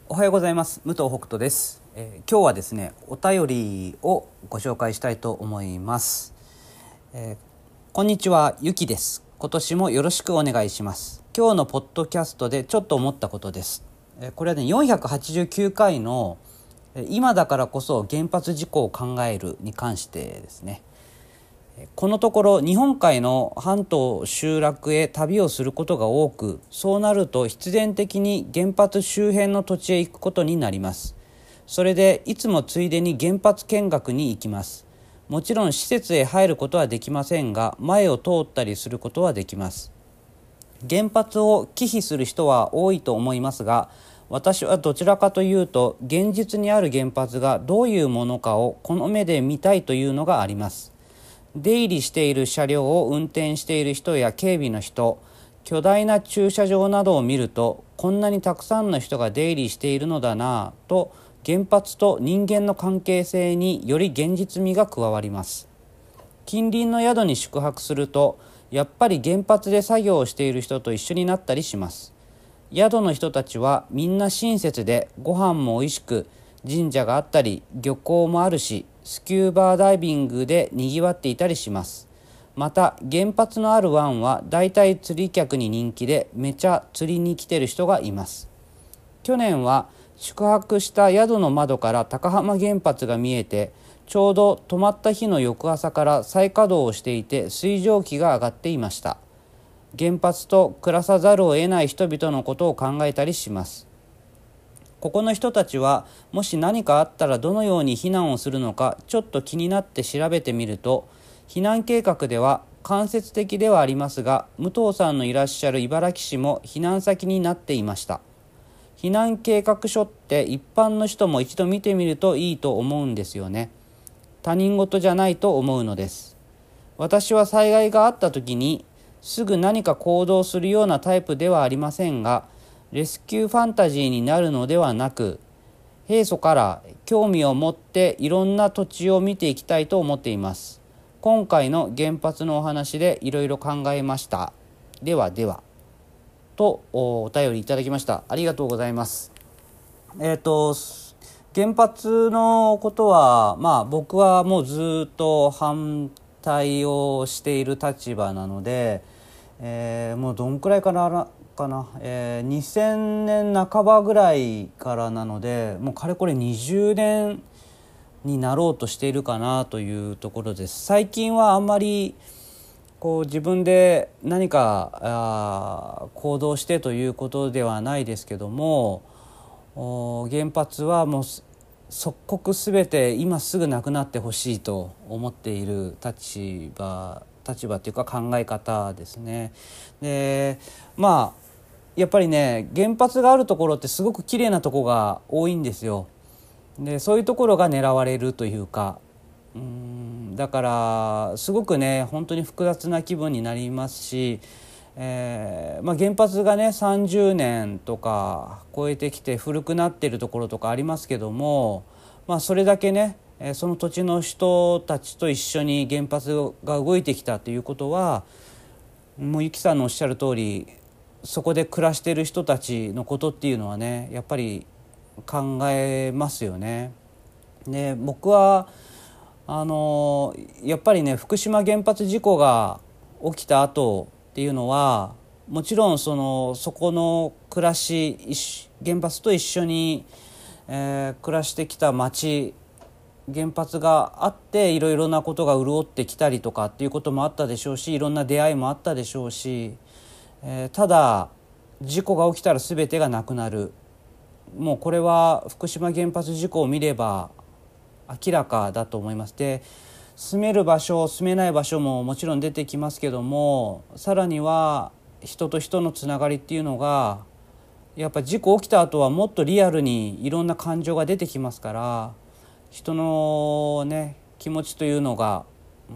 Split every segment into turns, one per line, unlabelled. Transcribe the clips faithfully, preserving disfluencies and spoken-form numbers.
おはようございます。武藤北斗です、えー、今日はですねお便りをご紹介したいと思います、えー、こんにちは、ゆきです。今年もよろしくお願いします。今日のポッドキャストでちょっと思ったことです、えー、これはねよんひゃくはちじゅうきゅうかいの今だからこそ原発事故を考えるに関してですね。このところ日本海の半島集落へ旅をすることが多く、そうなると必然的に原発周辺の土地へ行くことになります。それでいつもついでに原発見学に行きます。もちろん施設へ入ることはできませんが、前を通ったりすることはできます。原発を忌避する人は多いと思いますが、私はどちらかというと現実にある原発がどういうものかをこの目で見たいというのがあります。出入りしている車両を運転している人や警備の人、巨大な駐車場などを見ると、こんなにたくさんの人が出入りしているのだなぁと、原発と人間の関係性により現実味が加わります。近隣の宿に宿泊すると、やっぱり原発で作業をしている人と一緒になったりします。宿の人たちはみんな親切で、ご飯も美味しく、神社があったり漁港もあるし、スキューバーダイビングでにぎわっていたりします。また原発のある湾はだいたい釣り客に人気で、めちゃ釣りに来てる人がいます。去年は宿泊した宿の窓から高浜原発が見えて、ちょうど泊まった日の翌朝から再稼働をしていて、水蒸気が上がっていました。原発と暮らさざるを得ない人々のことを考えたりします。ここの人たちはもし何かあったらどのように避難をするのか、ちょっと気になって調べてみると、避難計画では間接的ではありますが、武藤さんのいらっしゃる茨城市も避難先になっていました。避難計画書って一般の人も一度見てみるといいと思うんですよね。他人事じゃないと思うのです。私は災害があった時にすぐ何か行動するようなタイプではありませんが、レスキューファンタジーになるのではなく、平素から興味を持っていろんな土地を見ていきたいと思っています。今回の原発のお話でいろいろ考えました。ではではと お, お便りいただきました。ありがとうございます。えっと原発のことは、まあ、僕はもうずっと反対をしている立場なので、えー、もうどんくらいかなかな、えー、にせんねんなかばぐらいからなので、もうかれこれにじゅうねんになろうとしているかなというところです。最近はあんまりこう自分で何かあ行動してということではないですけども、原発はもう即刻すべて今すぐなくなってほしいと思っている立場立場というか考え方ですね。で、まあやっぱりね、原発があるところってすごく綺麗なところが多いんですよ。で、そういうところが狙われるというか、うーんだからすごくね本当に複雑な気分になりますし、えーまあ、原発がねさんじゅうねんとか超えてきて古くなっているところとかありますけども、まあ、それだけねその土地の人たちと一緒に原発が動いてきたということは、もうゆきさんのおっしゃる通り、そこで暮らしている人たちのことっていうのはねやっぱり考えますよね。で、僕はあのやっぱりね福島原発事故が起きた後っていうのは、もちろんそのそこの暮らし、原発と一緒に、えー、暮らしてきた町、原発があっていろいろなことが潤ってきたりとかっていうこともあったでしょうし、いろんな出会いもあったでしょうし、えー、ただ事故が起きたら全てがなくなる、もうこれは福島原発事故を見れば明らかだと思います。で、住める場所住めない場所ももちろん出てきますけども、さらには人と人のつながりっていうのがやっぱ事故起きた後はもっとリアルにいろんな感情が出てきますから、人のね気持ちというのが、うん、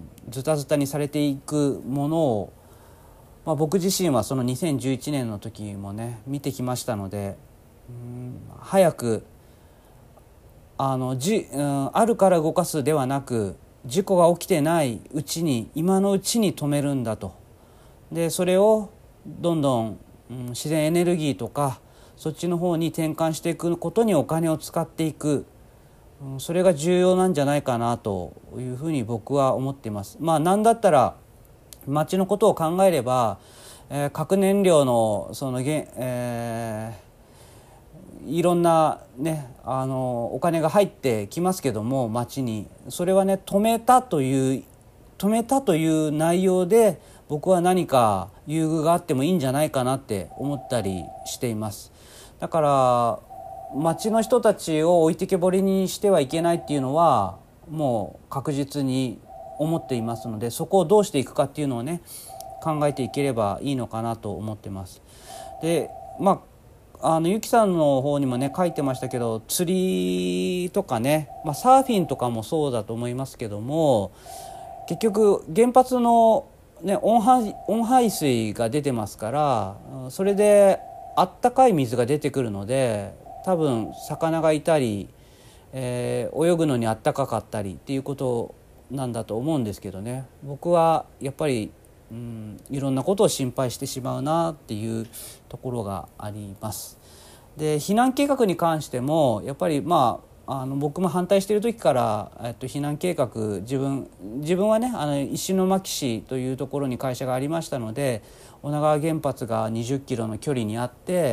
ズタズタにされていくものを、まあ、僕自身はそのにせんじゅういちねんの時もね見てきましたので、うん、早くあのじ、うん、あるから動かすではなく、事故が起きてないうちに今のうちに止めるんだと。でそれをどんどん、うん、自然エネルギーとかそっちの方に転換していくことにお金を使っていく、それが重要なんじゃないかなというふうに僕は思っています。まあ何だったら町のことを考えれば、えー、核燃料のその、えー、いろんなねあのお金が入ってきますけども、町にそれはね止めたという止めたという内容で僕は何か優遇があってもいいんじゃないかなって思ったりしています。だから町の人たちを置いてけぼりにしてはいけないっていうのはもう確実に思っていますので、そこをどうしていくかっていうのをね考えていければいいのかなと思ってます。でまああのゆきさんの方にもね書いてましたけど、釣りとかね、まあ、サーフィンとかもそうだと思いますけども、結局原発の、ね、温排、温排水が出てますから、それであったかい水が出てくるので、多分魚がいたり、えー、泳ぐのにあったかかったりっていうことなんだと思うんですけどね。僕はやっぱり、うん、いろんなことを心配してしまうなっていうところがあります。で避難計画に関してもやっぱりまああの僕も反対している時から、えっと、避難計画自分自分はねあの石巻市というところに会社がありましたので、女川原発がにじゅっキロの距離にあって、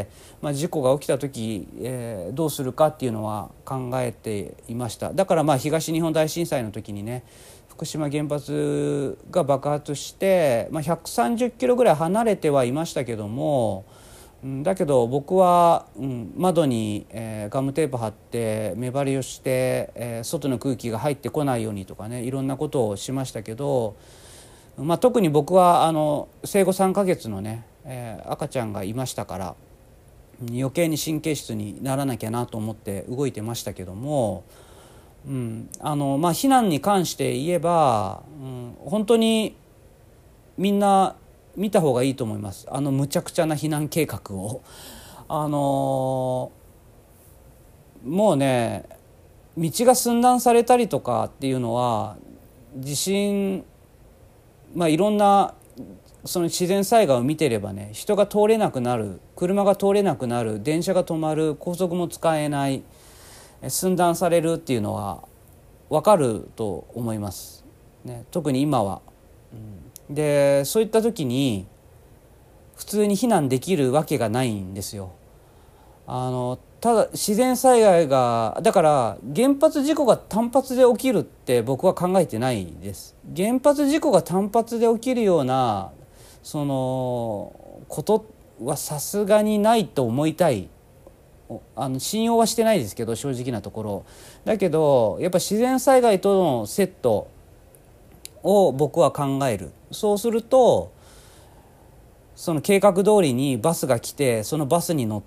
まあ、事故が起きた時、えー、どうするかっていうのは考えていました。だからまあ東日本大震災の時にね福島原発が爆発して、まあ、ひゃくさんじゅっキロぐらい離れてはいましたけども、だけど僕は、うん、窓に、えー、ガムテープ貼って目張りをして、えー、外の空気が入ってこないようにとかねいろんなことをしましたけど、まあ、特に僕はあの生後さんかげつのね、えー、赤ちゃんがいましたから余計に神経質にならなきゃなと思って動いてましたけども、うんあのまあ、避難に関して言えば、うん、本当にみんな見た方がいいと思います。あのむちゃくちゃな避難計画をあのー、もうね道が寸断されたりとかっていうのは地震、まあ、いろんなその自然災害を見てればね、人が通れなくなる、車が通れなくなる、電車が止まる、高速も使えない、寸断されるっていうのは分かると思います、ね、特に今は。でそういった時に普通に避難できるわけがないんですよ。あのただ自然災害がだから原発事故が単発で起きるって僕は考えてないです。原発事故が単発で起きるようなそのことはさすがにないと思いたい。あの信用はしてないですけど正直なところだけど、やっぱ自然災害とのセットを僕は考える。そうするとその計画通りにバスが来て、そのバスに乗って、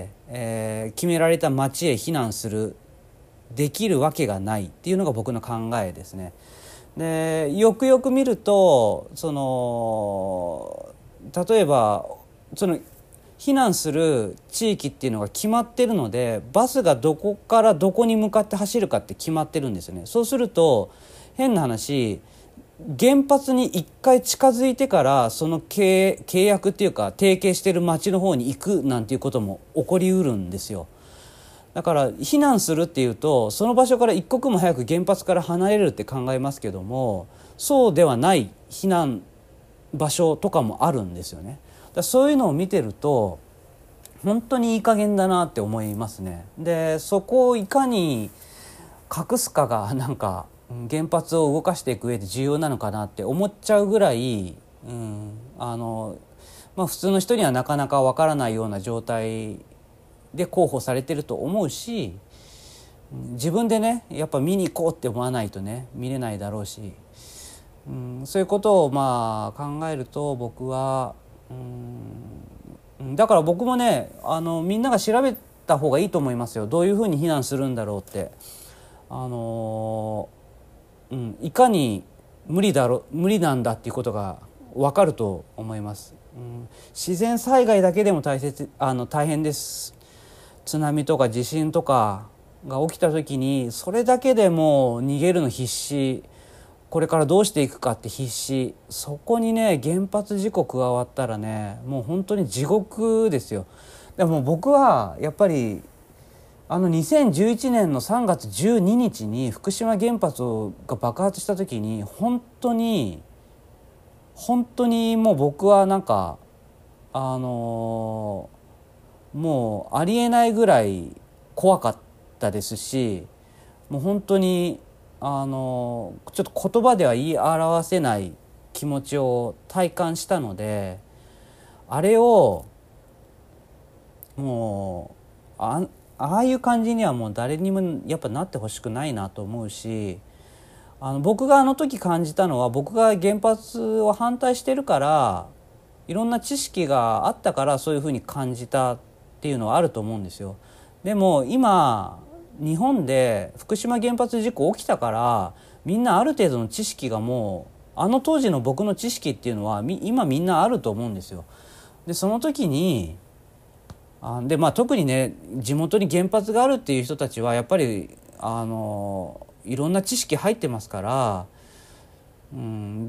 えー、決められた町へ避難するできるわけがないっていうのが僕の考えですね。でよくよく見るとその例えばその避難する地域っていうのが決まってるので、バスがどこからどこに向かって走るかって決まってるんですよね。そうすると変な話、原発に一回近づいてからその 契, 契約っていうか提携してる町の方に行くなんていうことも起こりうるんですよ。だから避難するっていうとその場所から一刻も早く原発から離れるって考えますけども、そうではない避難場所とかもあるんですよね。だそういうのを見てると本当にいい加減だなって思いますね。でそこをいかに隠すかがなんか原発を動かしていく上で重要なのかなって思っちゃうぐらい、うんあのまあ、普通の人にはなかなかわからないような状態で広報されてると思うし、自分でねやっぱ見に行こうって思わないとね見れないだろうし、うん、そういうことをまあ考えると僕は、うん、だから僕もねあのみんなが調べた方がいいと思いますよ。どういうふうに避難するんだろうって。あのうん、いかに無理だろ無理なんだっていうことが分かると思います、うん、自然災害だけでも大切あの大変です。津波とか地震とかが起きた時にそれだけでもう逃げるの必死、これからどうしていくかって必死、そこにね原発事故加わったらねもう本当に地獄ですよ。 でも僕はやっぱりあのにせんじゅういちねんのさんがつじゅうににちに福島原発が爆発した時に本当に本当にもう僕はなんかあのー、もうありえないぐらい怖かったですし、もう本当にあのー、ちょっと言葉では言い表せない気持ちを体感したので、あれをもうあああいう感じにはもう誰にもやっぱなってほしくないなと思うし、あの僕があの時感じたのは、僕が原発を反対してるからいろんな知識があったからそういうふうに感じたっていうのはあると思うんですよ。でも今日本で福島原発事故起きたから、みんなある程度の知識がもうあの当時の僕の知識っていうのは今みんなあると思うんですよ。でその時にあで、まあ、特にね地元に原発があるっていう人たちはやっぱりあのいろんな知識入ってますから、うん、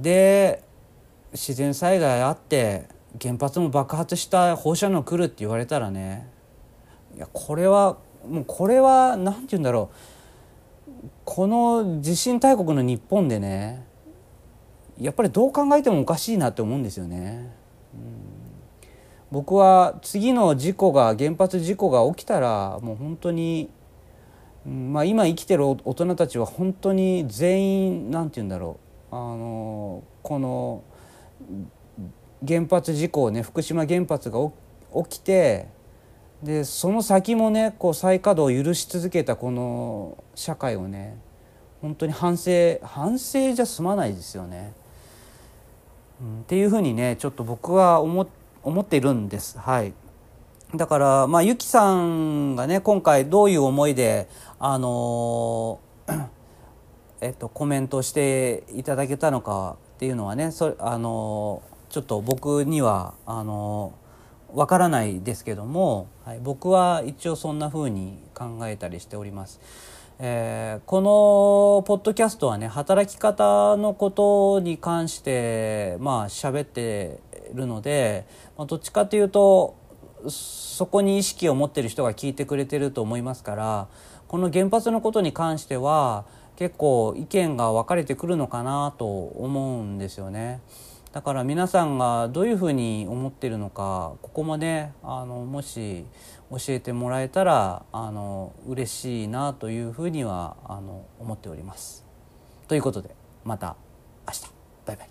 で自然災害あって原発も爆発した放射能来るって言われたらね、いやこれはもうこれはなんて言うんだろう、この地震大国の日本でねやっぱりどう考えてもおかしいなって思うんですよね。うん僕は次の事故が原発事故が起きたらもう本当に、うんまあ、今生きてる大人たちは本当に全員なんて言うんだろう、あのこの原発事故をね福島原発が起きて、でその先もねこう再稼働を許し続けたこの社会をね本当に反省反省じゃ済まないですよね、うん、っていうふうにねちょっと僕は思って思っているんです。はい。だからまあゆきさんがね今回どういう思いであのー、えっとコメントしていただけたのかっていうのはね、そあのー、ちょっと僕にはあのー、わからないですけども、はい、僕は一応そんな風に考えたりしております。えー、このポッドキャストはね働き方のことに関してまあ喋ってるので、まあ、どっちかというとそこに意識を持ってる人が聞いてくれてると思いますから、この原発のことに関しては結構意見が分かれてくるのかなと思うんですよね。だから皆さんがどういうふうに思っているのか、ここもねあのもし教えてもらえたらあの嬉しいなというふうにはあの思っております。ということでまた明日バイバイ。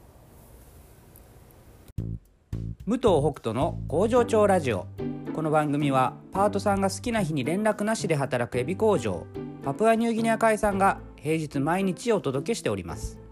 武藤北斗の工場長ラジオ。この番組はパートさんが好きな日に連絡なしで働くエビ工場パプアニューギニア海産が平日毎日お届けしております。